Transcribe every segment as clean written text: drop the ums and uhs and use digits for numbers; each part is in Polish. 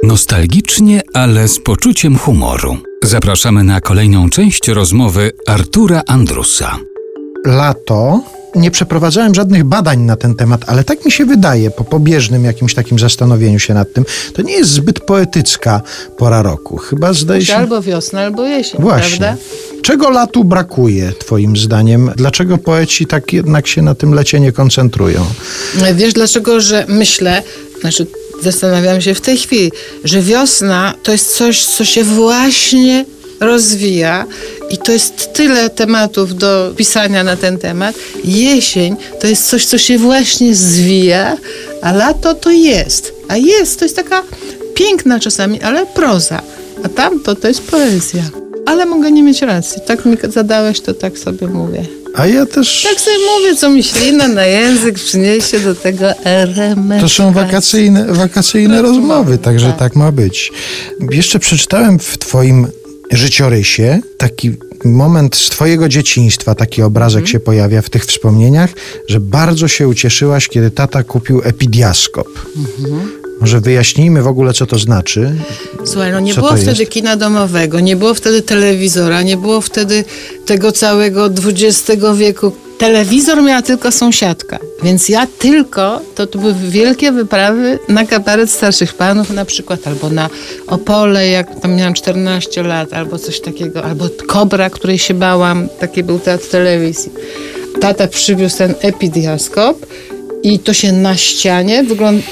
Nostalgicznie, ale z poczuciem humoru. Zapraszamy na kolejną część rozmowy Artura Andrusa. Lato. Nie przeprowadzałem żadnych badań na ten temat, ale tak mi się wydaje, po pobieżnym jakimś takim zastanowieniu się nad tym, to nie jest zbyt poetycka pora roku. Chyba zdaje się... Albo wiosna, albo jesień, Właśnie. prawda? Czego latu brakuje, twoim zdaniem? Dlaczego poeci tak jednak się na tym lecie nie koncentrują? Wiesz dlaczego, że myślę, zastanawiam się w tej chwili, że wiosna to jest coś, co się właśnie rozwija i to jest tyle tematów do pisania na ten temat. Jesień to jest coś, co się właśnie zwija, a lato to jest. A to jest taka piękna czasami, ale proza. A tamto to jest poezja. Ale mogę nie mieć racji. Tak mi zadałeś, to tak sobie mówię. A ja też... Tak sobie mówię, co mi ślina na język przyniesie do tego RMF. To są wakacyjne rozmowy, także tak ma być. Jeszcze przeczytałem w twoim życiorysie taki moment z twojego dzieciństwa, taki obrazek się pojawia w tych wspomnieniach, że bardzo się ucieszyłaś, kiedy tata kupił epidiaskop. Może wyjaśnijmy w ogóle, co to znaczy? Słuchaj, nie było wtedy kina domowego, nie było wtedy telewizora, nie było wtedy tego całego XX wieku. Telewizor miała tylko sąsiadka, więc to były wielkie wyprawy na kabaret starszych panów na przykład, albo na Opole, jak tam miałam 14 lat, albo coś takiego, albo Kobra, której się bałam, taki był teatr telewizji. Tata przywiózł ten epidiaskop i to się na ścianie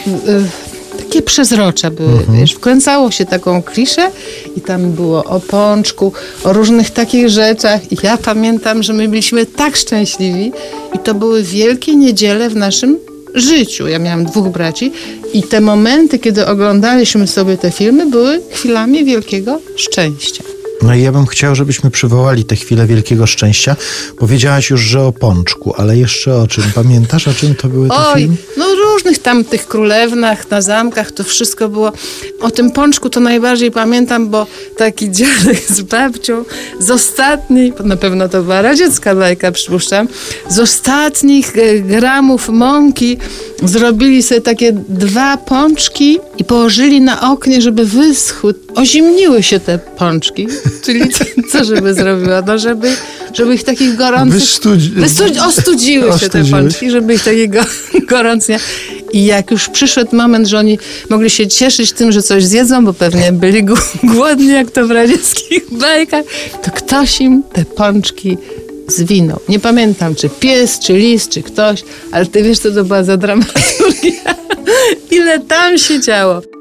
takie przezrocze były, wiesz, wkręcało się taką kliszę i tam było o pączku, o różnych takich rzeczach i ja pamiętam, że my byliśmy tak szczęśliwi i to były wielkie niedziele w naszym życiu. Ja miałam 2 braci i te momenty, kiedy oglądaliśmy sobie te filmy, były chwilami wielkiego szczęścia. No i ja bym chciał, żebyśmy przywołali tę chwilę wielkiego szczęścia. Powiedziałaś już, że o pączku, ale jeszcze o czym? Pamiętasz, o czym to były te filmy? Różnych tam tych królewnach, na zamkach, to wszystko było. O tym pączku to najbardziej pamiętam, bo taki dziadek z babcią z ostatnich, na pewno to była radziecka bajka, przypuszczam, z ostatnich gramów mąki zrobili sobie takie 2 pączki i położyli na oknie, żeby wyschły. Ozimniły się te pączki. Czyli co żeby zrobiła? No żeby ich takich gorących... Ostudziły się te pączki, żeby ich takiego gorących... I jak już przyszedł moment, że oni mogli się cieszyć tym, że coś zjedzą, bo pewnie byli głodni, jak to w radzieckich bajkach, to ktoś im te pączki zwinął. Nie pamiętam, czy pies, czy lis, czy ktoś, ale ty wiesz, co to była za dramaturgia. Ile tam się działo.